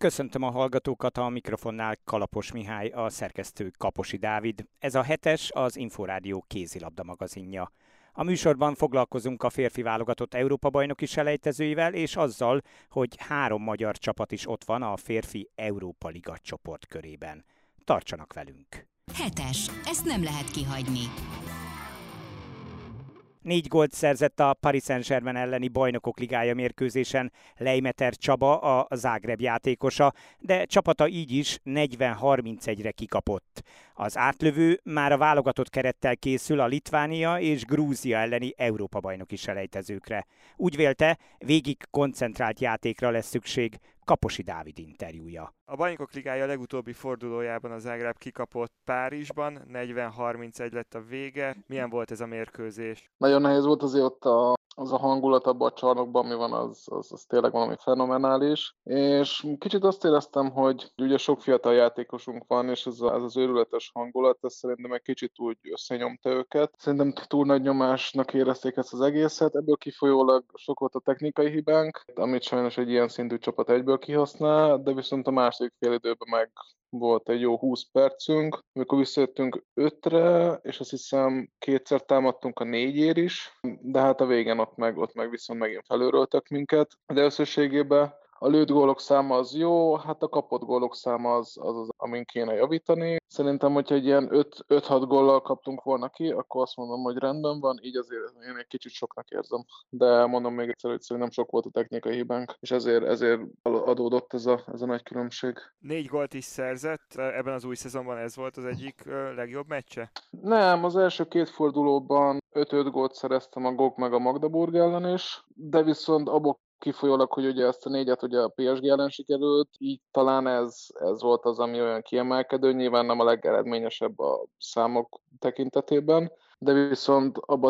Köszöntöm a hallgatókat, a mikrofonnál Kalapos Mihály, a szerkesztő Kaposi Dávid. Ez a hetes, az Inforádió kézilabda magazinja. A műsorban foglalkozunk a férfi válogatott Európa-bajnoki selejtezőivel, és azzal, hogy 3 magyar csapat is ott van a férfi Európa Liga csoportkörében. Tartsanak velünk! Hetes, ezt nem lehet kihagyni. 4 gólt szerzett a Paris Saint-Germain elleni Bajnokok Ligája mérkőzésen Leimeter Csaba, a Zágráb játékosa, de csapata így is 40-31-re kikapott. Az átlövő már a válogatott kerettel készül a Litvánia és Grúzia elleni Európa-bajnoki selejtezőkre. Úgy vélte, végig koncentrált játékra lesz szükség. Kaposi Dávid interjúja. A Bajnokok Ligája legutóbbi fordulójában a Zágráb kikapott Párizsban, 40-31 lett a vége. Milyen volt ez a mérkőzés? Nagyon nehéz volt azért ott az a hangulat abban a csarnokban, ami van, az tényleg valami fenomenális. És kicsit azt éreztem, hogy ugye sok fiatal játékosunk van, és ez az őrületes hangulat, ez szerintem egy kicsit úgy összenyomta őket. Szerintem túl nagy nyomásnak érezték ezt az egészet, ebből kifolyólag sok volt a technikai hibánk, amit sajnos egy ilyen szintű csapat egyből kihasznál, de viszont a második félidőben meg volt egy jó 20 percünk, amikor visszajöttünk 5-re, és azt hiszem 2-szer támadtunk a 4-ért is, de hát a végén ott meg viszont megint felőröltek minket. De összességében a lőtt gólok száma az jó, hát a kapott gólok száma az, amin kéne javítani. Szerintem, hogyha egy ilyen 5-6 góllal kaptunk volna ki, akkor azt mondom, hogy rendben van, így azért én egy kicsit soknak érzem. De mondom még egyszer, hogy szerintem sok volt a technikai hibánk, és ezért adódott ez a nagy különbség. 4 gólt is szerzett, ebben az új szezonban ez volt az egyik legjobb meccse? Nem, az első 2 fordulóban 5 gólt szereztem a GOG meg a Magdeburg ellen is, de viszont abból kifolyólag, hogy ugye ezt a 4-et ugye a PSG ellen sikerült, így talán ez volt az, ami olyan kiemelkedő, nyilván nem a legeredményesebb a számok tekintetében, de viszont abban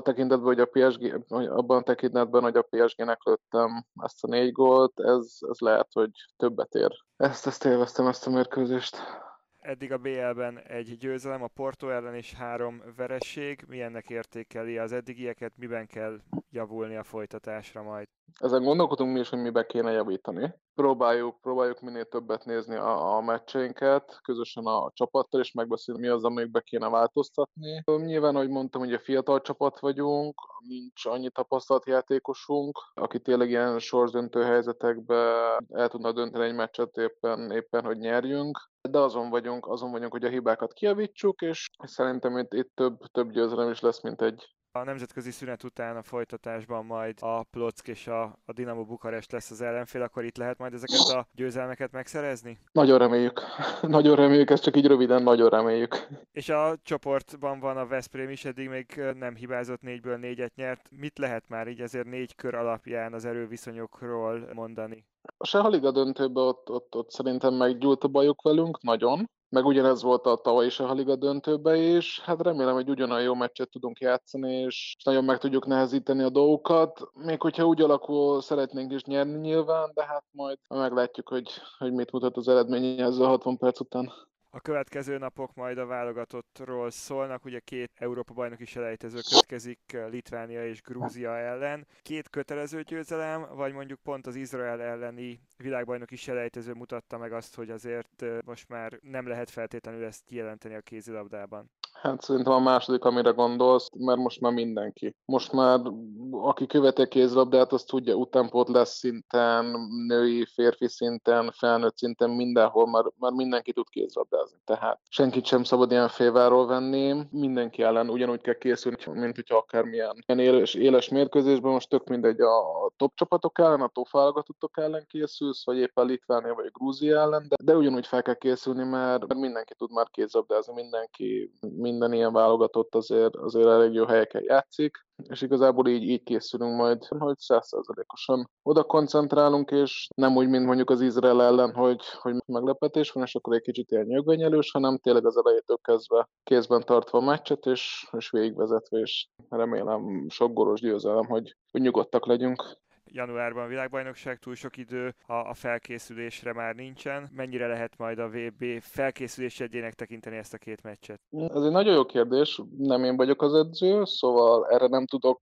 a tekintetben, hogy a PSG-nek lőttem ezt a 4 gólt, ez lehet, hogy többet ér. Ezt élveztem, ezt a mérkőzést. Eddig a BL-ben egy győzelem, a Porto ellen és 3 vereség. Milyennek értékeli az eddigieket, miben kell javulni a folytatásra majd? Ezen gondolkodunk mi is, hogy miben kéne javítani. Próbáljuk minél többet nézni a meccseinket, közösen a csapattal, és megbeszélni, mi az, amikbe kéne változtatni. Nyilván, ahogy mondtam, ugye fiatal csapat vagyunk, nincs annyi tapasztalt játékosunk, aki tényleg ilyen sorsdöntő helyzetekben el tudna dönteni egy meccset éppen hogy nyerjünk. De azon vagyunk, hogy a hibákat kijavítsuk, és szerintem itt több győzelem is lesz, mint egy. A nemzetközi szünet után a folytatásban majd a Plock és a Dinamo Bukarest lesz az ellenfél, akkor itt lehet majd ezeket a győzelmeket megszerezni? Nagyon reméljük. Nagyon reméljük, ezt csak így röviden nagyon reméljük. És a csoportban van a Veszprém is, eddig még nem hibázott, 4-ből 4-et nyert. Mit lehet már így azért 4 kör alapján az erőviszonyokról mondani? A Seha Liga döntőben ott szerintem meggyúlt a bajuk velünk, nagyon. Meg ugyanez volt a tavalyi Seha Liga döntőben is. Hát remélem, hogy ugyanolyan jó meccset tudunk játszani, és nagyon meg tudjuk nehezíteni a dolgokat. Még hogyha úgy alakul, szeretnénk is nyerni nyilván, de hát majd meglátjuk, hogy mit mutat az eredmény ezzel 60 perc után. A következő napok majd a válogatottról szólnak, ugye 2 Európa-bajnoki selejtező következik Litvánia és Grúzia ellen. 2 kötelező győzelem, vagy mondjuk pont az Izrael elleni világbajnoki selejtező mutatta meg azt, hogy azért most már nem lehet feltétlenül ezt kijelenteni a kézilabdában? Hát szerintem a második, amire gondolsz, mert most már mindenki. Most már aki követi a kézilabdát, az tudja, utánpótlás szinten, női, férfi szinten, felnőtt szinten, mindenhol már mindenki tud kézilabdázni. Tehát senkit sem szabad ilyen félváról venni, mindenki ellen ugyanúgy kell készülni, mint hogyha akármilyen éles mérkőzésben, most tök mindegy a top csapatok ellen, a top válogatottok ellen készülsz, vagy éppen Litvánia vagy Grúzia ellen, de ugyanúgy fel kell készülni, mert mindenki tud már kézilabdázni, minden ilyen válogatott azért elég jó helyeken játszik, és igazából így készülünk majd, hogy 100%-osan oda koncentrálunk, és nem úgy, mint mondjuk az Izrael ellen, hogy meglepetés van, és akkor egy kicsit ilyen nyögvenyelős, hanem tényleg az elejétől kezdve kézben tartva a meccset, és végigvezetve, és remélem sok gólos győzelem, hogy nyugodtak legyünk. Januárban világbajnokság, túl sok idő a felkészülésre már nincsen. Mennyire lehet majd a VB felkészülésegyének tekinteni ezt a 2 meccset? Ez egy nagyon jó kérdés, nem én vagyok az edző, szóval erre nem tudok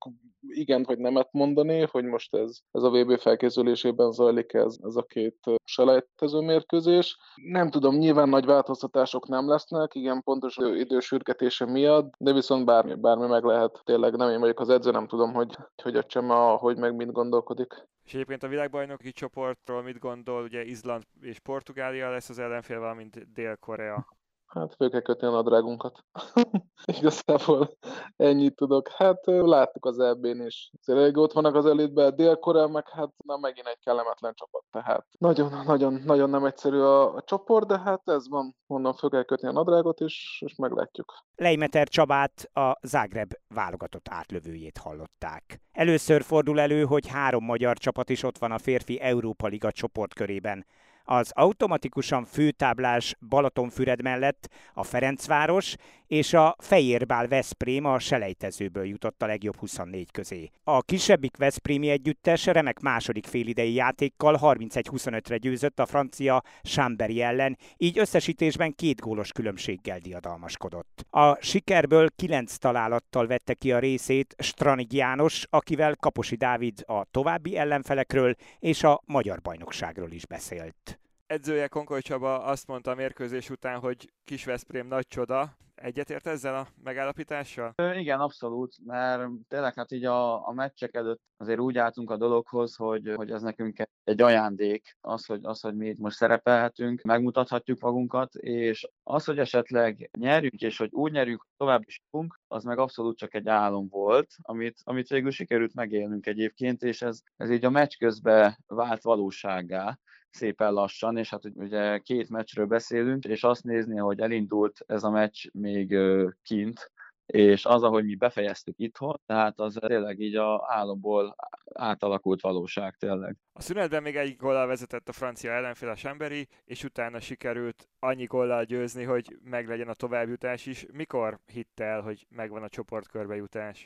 igen vagy nemet mondani, hogy most ez a VB felkészülésében zajlik ez a két selejtező mérkőzés. Nem tudom, nyilván nagy változtatások nem lesznek, igen, pontos idősürgetése miatt, de viszont bármi meg lehet. Tényleg nem én vagyok az edző, nem tudom, hogy a Csema, hogy meg mind gondolkodik. És egyébként a világbajnoki csoportról mit gondol? Ugye Izland és Portugália lesz az ellenfél, valamint Dél-Korea. Hát föl kell kötni a nadrágunkat. Igazából ennyit tudok. Hát láttuk az EB-n is. Tényleg ott vannak az elitben, Dél-Korea meg hát na megint egy kellemetlen csapat. Tehát nagyon nem egyszerű a csoport, de hát ez van. Mondom, föl kell kötni a nadrágot, és meglátjuk. Leimeter Csabát, a Zágreb válogatott átlövőjét hallották. Először fordul elő, hogy 3 magyar csapat is ott van a férfi Európa Liga csoportkörében. Az automatikusan főtáblás Balatonfüred mellett a Ferencváros és a Fejérbál Veszprém a selejtezőből jutott a legjobb 24 közé. A kisebbik veszprémi együttes remek második félidei játékkal 31-25-re győzött a francia Chambéry ellen, így összesítésben 2 gólos különbséggel diadalmaskodott. A sikerből 9 találattal vette ki a részét Stranig János, akivel Kaposi Dávid a további ellenfelekről és a magyar bajnokságról is beszélt. Edzője Konkoly Csaba azt mondta a mérkőzés után, hogy Kis-Veszprém nagy csoda. Egyetért ezzel a megállapítással? Igen, abszolút, mert tényleg hát így a meccsek előtt azért úgy álltunk a dologhoz, hogy ez nekünk egy ajándék, hogy mi itt most szerepelhetünk, megmutathatjuk magunkat, és az, hogy esetleg nyerjünk, és hogy úgy nyerjünk, tovább is tudunk, az meg abszolút csak egy álom volt, amit végül sikerült megélnünk egyébként, és ez így a meccs közben vált valósággá, szépen lassan, és hát ugye 2 meccsről beszélünk, és azt nézni, hogy elindult ez a meccs még kint, és az, ahogy mi befejeztük itthon, tehát az tényleg így a álomból átalakult valóság tényleg. A szünetben még 1 góllal vezetett a francia ellenfél, a Chambéry, és utána sikerült annyi góllal győzni, hogy meglegyen a továbbjutás is. Mikor hitt el, hogy megvan a csoportkörbe jutás?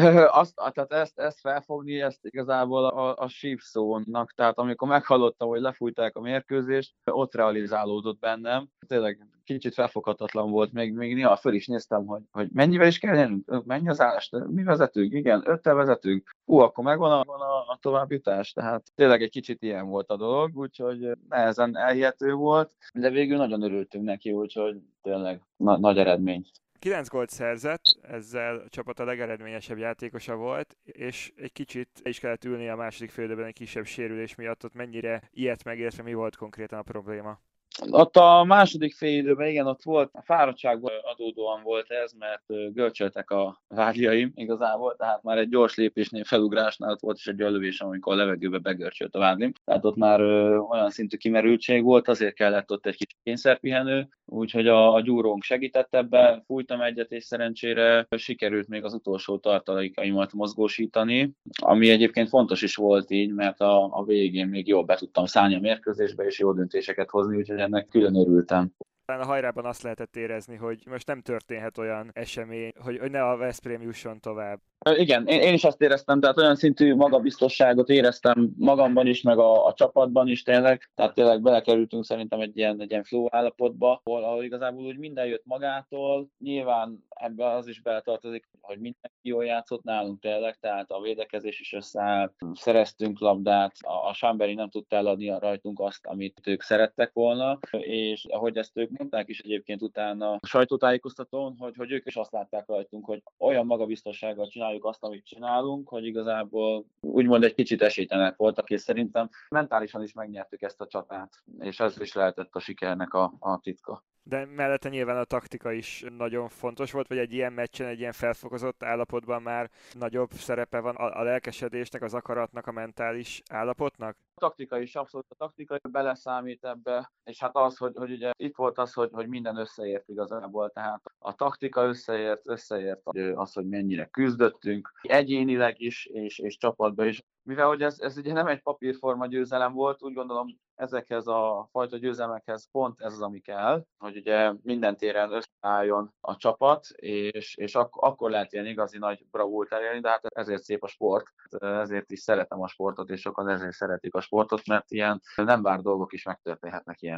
Tehát ezt felfogni, ezt igazából a sípszónak, tehát amikor meghallottam, hogy lefújták a mérkőzést, ott realizálódott bennem. Tényleg kicsit felfoghatatlan volt, még néha föl is néztem, hogy mennyivel is kell nyernünk, mennyi az állás, mi vezetünk, igen, 5-tel vezetünk, akkor megvan a továbbjutás, tehát tényleg egy kicsit ilyen volt a dolog, úgyhogy nehezen elhihető volt, de végül nagyon örültünk neki, úgyhogy tényleg nagy eredmény. 9 gólt szerzett, ezzel a csapat a legeredményesebb játékosa volt, és egy kicsit is kellett ülni a második félidőben egy kisebb sérülés miatt. Ott mennyire ilyet megértve, mi volt konkrétan a probléma? Ott a második félidőben, igen, ott volt, a fáradtságból adódóan volt ez, mert görcsöltek a vágyaim igazából, tehát már egy gyors lépésnél, felugrásnál ott volt is egy olyan lövés, amikor a levegőbe begörcsölt a váglim. Tehát ott már olyan szintű kimerültség volt, azért kellett ott egy kis kényszerpihenő, úgyhogy a gyúrónk segített ebben, fújtam egyet, és szerencsére sikerült még az utolsó tartalékaimat mozgósítani, ami egyébként fontos is volt így, mert a végén még jól be tudtam szállni a mérkőzésbe, és jó döntéseket hozni, úgyhogy ennek külön örültem. Talán a hajrában azt lehetett érezni, hogy most nem történhet olyan esemény, hogy ne a Veszprém jusson tovább. Igen, én is azt éreztem, tehát olyan szintű magabiztosságot éreztem magamban is, meg a csapatban is tényleg, tehát tényleg belekerültünk szerintem egy ilyen flow állapotba, ahol igazából úgy minden jött magától, nyilván ebbe az is beletartozik, hogy mindenki jól játszott nálunk tényleg, tehát a védekezés is összeállt, szereztünk labdát, a Chambéry nem tudta eladni a rajtunk azt, amit ők szerettek volna, és ahogy ezt ők mondták is egyébként utána a sajtótájékoztatón, hogy ők is azt látták rajtunk, hogy olyan magabiztossággal csináljuk azt, amit csinálunk, hogy igazából úgymond egy kicsit esélytelenek voltak, és szerintem mentálisan is megnyertük ezt a csatát, és ez is lehetett a sikernek a titka. De mellette nyilván a taktika is nagyon fontos volt, vagy egy ilyen meccsen, egy ilyen felfokozott állapotban már nagyobb szerepe van a lelkesedésnek, az akaratnak, a mentális állapotnak? A taktika is, abszolút a taktika beleszámít ebbe, és hát az, hogy ugye itt volt az, hogy minden összeért igazából, tehát a taktika összeért az, hogy mennyire küzdöttünk, egyénileg is, és csapatban is. Mivel hogy ez ugye nem egy papírforma győzelem volt, úgy gondolom ezekhez a fajta győzelmekhez pont ez az, ami kell, hogy ugye minden téren összeálljon a csapat, és akkor lehet ilyen igazi nagy bravúrt elérni, de hát ezért szép a sport, ezért is szeretem a sportot, és sokan ezért szeretik a sportot, mert ilyen nem várt dolgok is megtörténhetnek ilyenkor.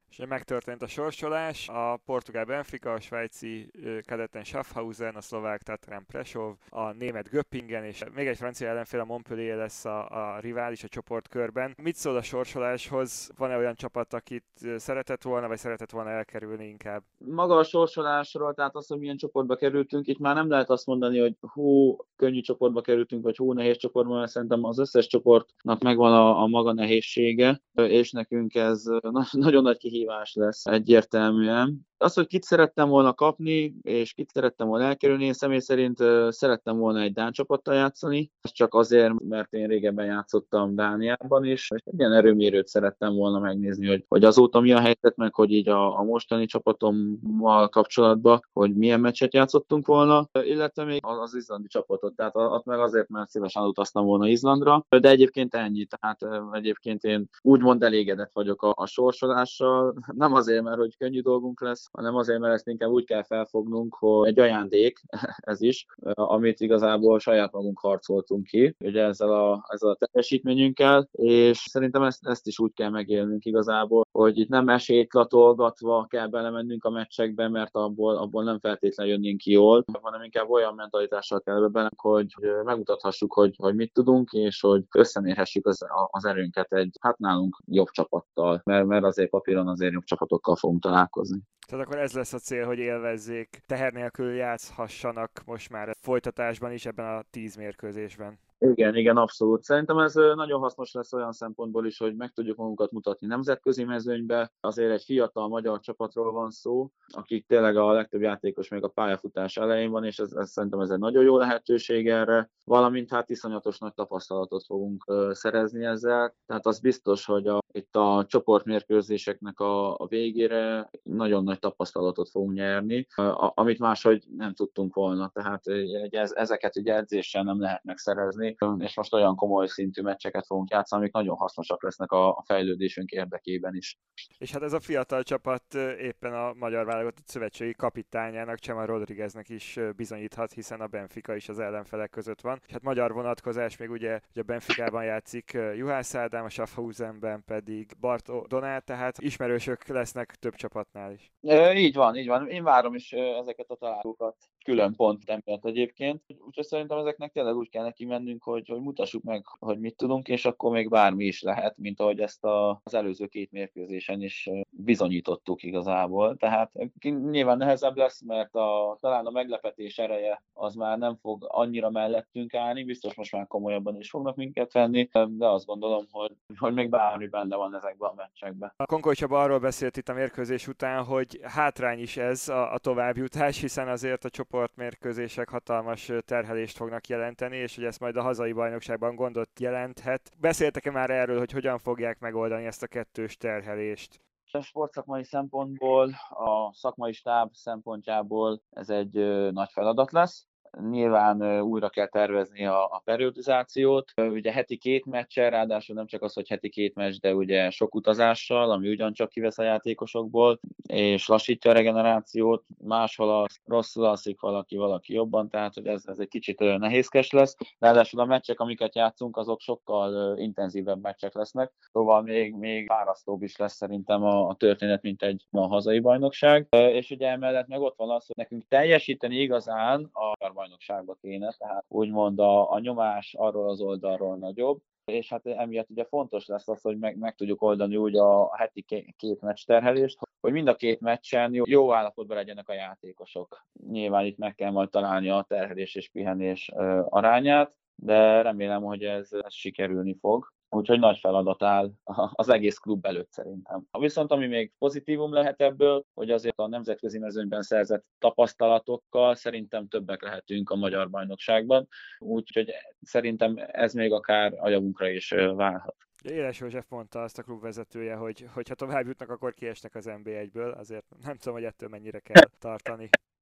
És megtörtént a sorsolás, a portugál Benfica, a svájci Kadetten Schaffhausen, a szlovák Tatran Prešov, a német Göppingen, és még egy francia ellenfél, a Montpellier lesz a rivális a csoportkörben. Mit szól a sorsoláshoz? Van-e olyan csapat, akit szeretett volna, vagy szeretett volna elkerülni inkább? Maga a sorsolásról, tehát az, hogy milyen csoportba kerültünk, itt már nem lehet azt mondani, hogy hú, könnyű csoportba kerültünk, vagy hú, nehéz csoportba, mert szerintem az összes csoportnak megvan a maga nehézsége, és nekünk ez nagyon nagy kihívás lesz egyértelműen. Az, hogy kit szerettem volna kapni, és kit szerettem volna elkerülni, én személy szerint szerettem volna egy dán csapattal játszani, csak azért, mert én régebben játszottam Dániában is, és egy ilyen erőmérőt szerettem volna megnézni, hogy azóta mi a helyzet, meg hogy így a mostani csapatommal kapcsolatban, hogy milyen meccset játszottunk volna, illetve még az izlandi csapatot, tehát ott meg azért, mert szívesen utaztam volna Izlandra, de egyébként ennyi, tehát egyébként én úgymond elégedett vagyok a sorsolással, nem azért, mert hogy könnyű dolgunk lesz, hanem azért, mert ezt inkább úgy kell felfognunk, hogy egy ajándék ez is, amit igazából saját magunk harcoltunk ki, ugye ezzel a teljesítményünkkel, és szerintem ezt is úgy kell megélnünk igazából, hogy itt nem esélyt latolgatva kell belemennünk a meccsekbe, mert abból nem feltétlenül jönnénk ki jól, hanem inkább olyan mentalitással kell bele, hogy megmutathassuk, hogy mit tudunk, és hogy összemérhessük az erőnket egy nálunk jobb csapattal, mert azért papíron azért jobb csapatokkal fogunk találkozni. Tehát akkor ez lesz a cél, hogy élvezzék, teher nélkül játszhassanak most már folytatásban is ebben a 10 mérkőzésben. Igen, abszolút. Szerintem ez nagyon hasznos lesz olyan szempontból is, hogy meg tudjuk magunkat mutatni nemzetközi mezőnybe. Azért egy fiatal magyar csapatról van szó, akik tényleg a legtöbb játékos még a pályafutás elején van, és szerintem ez egy nagyon jó lehetőség erre, valamint iszonyatos nagy tapasztalatot fogunk szerezni ezzel. Tehát az biztos, hogy itt a csoportmérkőzéseknek a végére nagyon nagy tapasztalatot fogunk nyerni, amit máshogy nem tudtunk volna. Tehát ezeket ugye edzéssel nem lehet megszerezni, és most olyan komoly szintű meccseket fogunk játszani, amik nagyon hasznosak lesznek a fejlődésünk érdekében is. És hát ez a fiatal csapat éppen a magyar válogatott szövetségi kapitányának, Chema Rodrigueznek is bizonyíthat, hiszen a Benfica is az ellenfelek között van. És hát magyar vonatkozás még ugye a Benficában játszik Juhász Ádám, a Schaffhausenben pedig Bartó Donát, tehát ismerősök lesznek több csapatnál is. Így van. Én várom is ezeket a találókat. Külön pont emiatt egyébként. Úgyhogy szerintem ezeknek tényleg úgy kell neki mennünk, hogy mutassuk meg, hogy mit tudunk, és akkor még bármi is lehet, mint ahogy ezt az előző 2 mérkőzésen is bizonyítottuk igazából. Tehát nyilván nehezebb lesz, mert talán a meglepetés ereje az már nem fog annyira mellettünk állni, biztos most már komolyabban is fognak minket venni, de azt gondolom, hogy még bármi benne van ezekben a meccsekben. A Konkoly Csaba arról beszélt itt a mérkőzés után, hogy hátrány is ez a továbbjutás, hiszen azért a csoportmérkőzések hatalmas terhelést fognak jelenteni, és hogy ez majd a hazai bajnokságban gondot jelenthet. Beszéltek-e már erről, hogy hogyan fogják megoldani ezt a kettős terhelést? A sportszakmai szempontból, a szakmai stáb szempontjából ez egy nagy feladat lesz. Nyilván újra kell tervezni a periodizációt. Ugye heti 2 meccsel, ráadásul nem csak az, hogy heti 2 meccs, de ugye sok utazással, ami ugyancsak kivesz a játékosokból, és lassítja a regenerációt. Máshol rosszul alszik valaki jobban, tehát hogy ez egy kicsit nehézkes lesz. Ráadásul a meccsek, amiket játszunk, azok sokkal intenzívebb meccsek lesznek, szóval még fárasztóbb is lesz szerintem a történet, mint egy hazai bajnokság. És ugye emellett meg ott van az, hogy nekünk teljesíteni igazán a bajnokságba kéne, tehát úgymond a nyomás arról az oldalról nagyobb, és hát emiatt ugye fontos lesz az, hogy meg tudjuk oldani úgy a heti 2 meccs terhelést, hogy mind a 2 meccsen jó állapotban legyenek a játékosok. Nyilván itt meg kell majd találni a terhelés és pihenés arányát, de remélem, hogy ez sikerülni fog. Úgyhogy nagy feladat áll az egész klub előtt szerintem. Viszont ami még pozitívum lehet ebből, hogy azért a nemzetközi mezőnyben szerzett tapasztalatokkal szerintem többek lehetünk a magyar bajnokságban. Úgyhogy szerintem ez még akár a javunkra is válhat. Éles József mondta azt a klubvezetője, hogy ha tovább jutnak, akkor kiesnek az NB1-ből, azért nem tudom, hogy ettől mennyire kell tartani.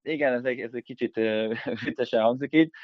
Igen, ez egy kicsit viccesen hangzik így,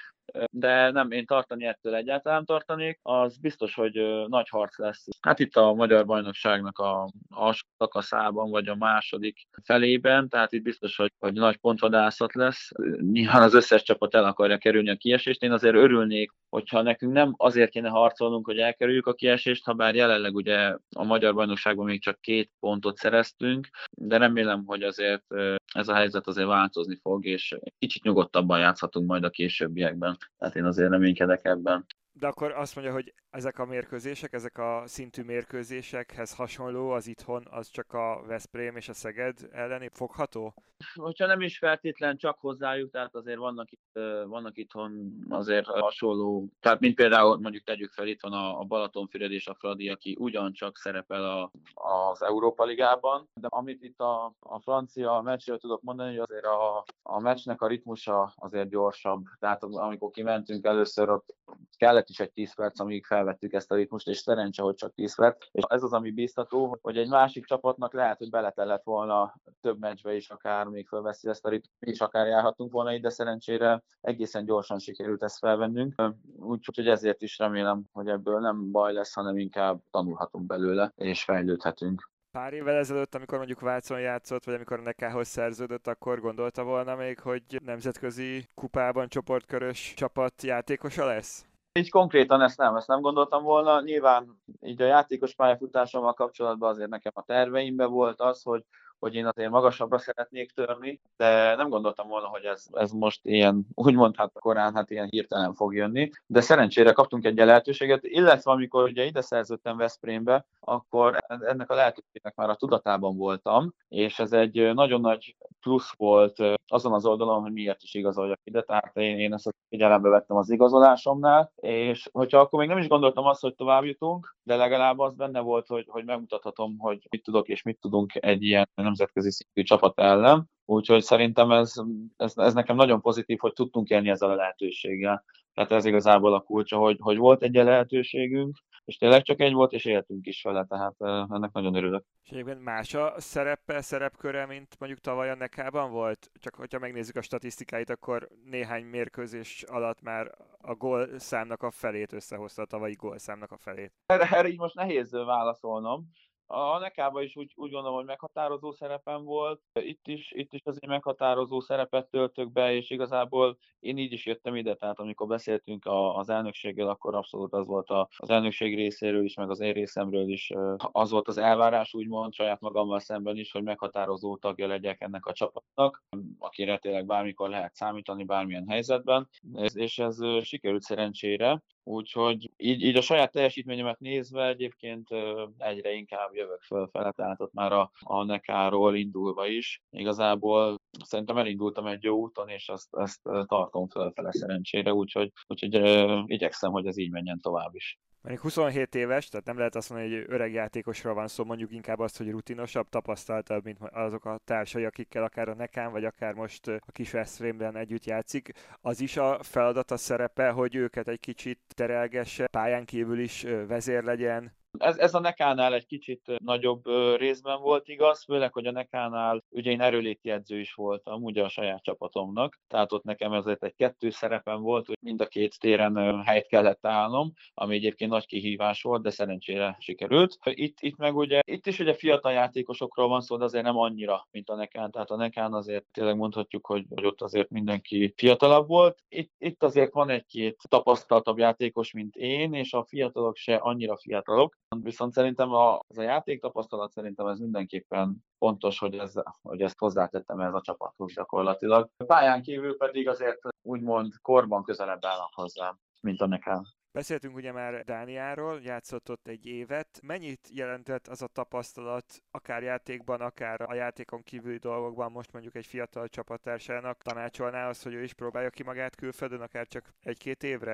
de nem, én tartani ettől egyáltalán tartanék. Az biztos, hogy nagy harc lesz. Hát itt a magyar bajnokságnak a alsó szakaszában, vagy a második felében, tehát itt biztos, hogy nagy pontvadászat lesz. Nyilván az összes csapat el akarja kerülni a kiesést. Én azért örülnék, hogyha nekünk nem azért kéne harcolnunk, hogy elkerüljük a kiesést, ha bár jelenleg ugye a magyar bajnokságban még csak 2 pontot szereztünk, de remélem, hogy azért ez a helyzet azért változni fog, és kicsit nyugodtabban játszhatunk majd a későbbiekben. Tehát én azért reménykedek ebben. De akkor azt mondja, hogy ezek a mérkőzések, ezek a szintű mérkőzésekhez hasonló, az itthon, az csak a Veszprém és a Szeged elleni fogható? Hogyha nem is feltétlen csak hozzájuk, tehát azért vannak itthon azért hasonló, tehát mint például mondjuk tegyük fel, itt van a Balatonfüred és a Fradi, aki ugyancsak szerepel az Európa Ligában, de amit itt a francia meccsről tudok mondani, hogy azért a meccsnek a ritmusa azért gyorsabb, tehát amikor kimentünk először, ott kellett is egy 10 perc, amíg felvettük ezt a ritmust, és szerencse, hogy csak 10 perc. És ez az, ami biztató, hogy egy másik csapatnak lehet, hogy beletellett volna több meccsbe is, akár még fölveszi ezt a ritmust, és akár járhatunk volna ide, szerencsére egészen gyorsan sikerült ezt felvennünk. Úgyhogy ezért is remélem, hogy ebből nem baj lesz, hanem inkább tanulhatunk belőle, és fejlődhetünk. Pár évvel ezelőtt, amikor mondjuk Vácon játszott, vagy amikor a Nekához szerződött, akkor gondolta volna még, hogy nemzetközi kupában csoportkörös csapat játékosa lesz? Így konkrétan ezt nem gondoltam volna. Nyilván így a játékos pályafutásommal kapcsolatban azért nekem a terveimben volt az, hogy én azért magasabbra szeretnék törni, de nem gondoltam volna, hogy ez most ilyen, úgymond hát korán, hát ilyen hirtelen fog jönni. De szerencsére kaptunk egy lehetőséget, illetve amikor ugye ide szerződtem Veszprémbe, akkor ennek a lehetőségnek már a tudatában voltam, és ez egy nagyon nagy plusz volt azon az oldalon, hogy miért is igazoljak ide, tehát én ezt figyelembe vettem az igazolásomnál, és hogyha akkor még nem is gondoltam azt, hogy tovább jutunk, de legalább az benne volt, hogy megmutathatom, hogy mit tudok és mit tudunk egy ilyen nemzetközi szintű csapat ellen. Úgyhogy szerintem ez nekem nagyon pozitív, hogy tudtunk élni ezzel a lehetőséggel. Tehát ez igazából a kulcsa, hogy volt egy lehetőségünk, és tényleg csak egy volt, és éltünk is vele, tehát ennek nagyon örülök. És egyébként más a szerepköre, mint mondjuk tavaly a Nekában volt? Csak hogyha megnézzük a statisztikáit, akkor néhány mérkőzés alatt már a gólszámnak a felét összehozta, a tavalyi gólszámnak a felét. Erre így most nehéz válaszolnom. A Nekában is úgy gondolom, hogy meghatározó szerepem volt. Itt is azért meghatározó szerepet töltök be, és igazából én így is jöttem ide, tehát amikor beszéltünk az elnökséggel, akkor abszolút az volt az elnökség részéről is, meg az én részemről is az volt az elvárás, úgymond saját magammal szemben is, hogy meghatározó tagja legyek ennek a csapatnak, akire tényleg bármikor lehet számítani, bármilyen helyzetben, és ez sikerült szerencsére. Úgyhogy így a saját teljesítményemet nézve egyébként egyre inkább jövök fölfele, tehát ott már a Nekáról indulva is. Igazából szerintem elindultam egy jó úton, és ezt tartom fölfele szerencsére, úgyhogy igyekszem, hogy ez így menjen tovább is. Mondjuk 27 éves, tehát nem lehet azt mondani, hogy öreg játékosról van szó, mondjuk inkább azt, hogy rutinosabb, tapasztaltabb, mint azok a társai, akikkel akár a Nekán, vagy akár most a kis Veszprémben együtt játszik. Az is a feladata, szerepe, hogy őket egy kicsit terelgesse, pályán kívül is vezér legyen. Ez a Nekánál egy kicsit nagyobb részben volt igaz, főleg, hogy a Nekánál ugye én erőléti edző is voltam, ugye a saját csapatomnak, tehát ott nekem ezért egy 2 szerepem volt, hogy mind a 2 téren helyt kellett állnom, ami egyébként nagy kihívás volt, de szerencsére sikerült. Itt meg ugye, itt is ugye fiatal játékosokról van szó, de azért nem annyira, mint a Nekán, tehát a Nekán azért tényleg mondhatjuk, hogy ott azért mindenki fiatalabb volt. Itt azért van egy-két tapasztaltabb játékos, mint én, és a fiatalok se annyira fiatalok. Viszont szerintem ez a játéktapasztalat szerintem ez mindenképpen fontos, hogy ezt hozzátettem ez a csapathoz gyakorlatilag. A pályán kívül pedig azért úgymond korban közelebb állnak hozzám, mint a Nekán. Beszéltünk ugye már Dániáról, játszott ott egy évet. Mennyit jelentett az a tapasztalat, akár játékban, akár a játékon kívüli dolgokban, most mondjuk egy fiatal csapattársának tanácsolná azt, hogy ő is próbálja ki magát külföldön, akár csak 1-2 évre?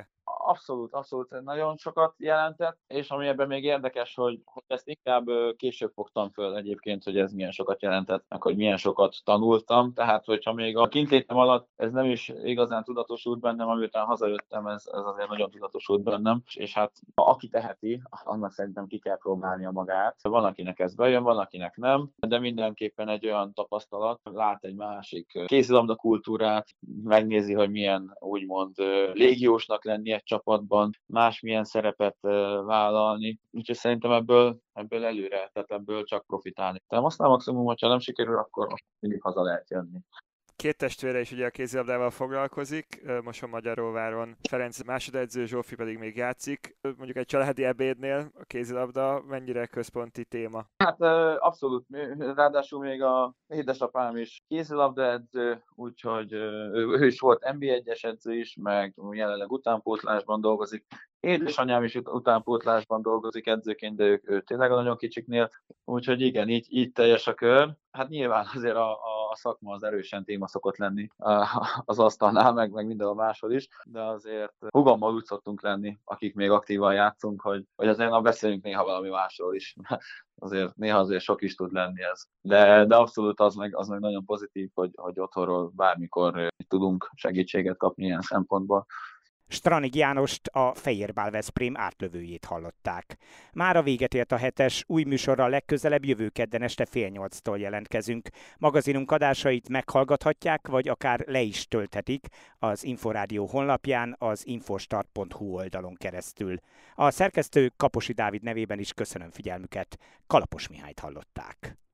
Abszolút nagyon sokat jelentett, és ami ebben még érdekes, hogy ezt inkább később fogtam föl egyébként, hogy ez milyen sokat jelentett, meg hogy milyen sokat tanultam, tehát hogyha még a kintlétem alatt ez nem is igazán tudatosult bennem, amiután hazajöttem, ez azért nagyon tudatosult bennem, és hát aki teheti, annak szerintem ki kell próbálnia magát. Van, akinek ez bejön, van, akinek nem, de mindenképpen egy olyan tapasztalat, lát egy másik kézilabda kultúrát, megnézi, hogy milyen úgymond légiósnak lenni egy csapatban, milyen szerepet vállalni. Úgyhogy szerintem ebből előre, tehát ebből csak profitálni. Tehát aztán maximum, hogyha nem sikerül, akkor mindig haza lehet jönni. Két testvére is ugye a kézilabdával foglalkozik, Mosonmagyaróváron Ferenc másodedző, Zsófi pedig még játszik. Mondjuk egy családi ebédnél a kézilabda mennyire központi téma? Hát abszolút, ráadásul még a édesapám is kézilabdaedző, úgyhogy ő is volt NB1-es edző is, meg jelenleg utánpótlásban dolgozik. Édesanyám is utánpótlásban dolgozik edzőként, de ő tényleg nagyon kicsiknél, úgyhogy igen, így teljes a kör. Hát nyilván azért a szakma az erősen téma szokott lenni az asztalnál, meg mindenhol máshol is, de azért húgommal úgy szoktunk lenni, akik még aktívan játszunk, hogy azért beszéljünk néha valami másról is. Azért néha azért sok is tud lenni ez. De abszolút az meg nagyon pozitív, hogy otthonról bármikor tudunk segítséget kapni ilyen szempontból. Stranig Jánost, a Fehérbál Veszprém átlövőjét hallották. Mára véget ért a hetes, új műsorral legközelebb jövő kedden este 7:30-tól jelentkezünk. Magazinunk adásait meghallgathatják, vagy akár le is tölthetik az Inforádió honlapján, az infostart.hu oldalon keresztül. A szerkesztő Kaposi Dávid nevében is köszönöm figyelmüket. Kalapos Mihályt hallották.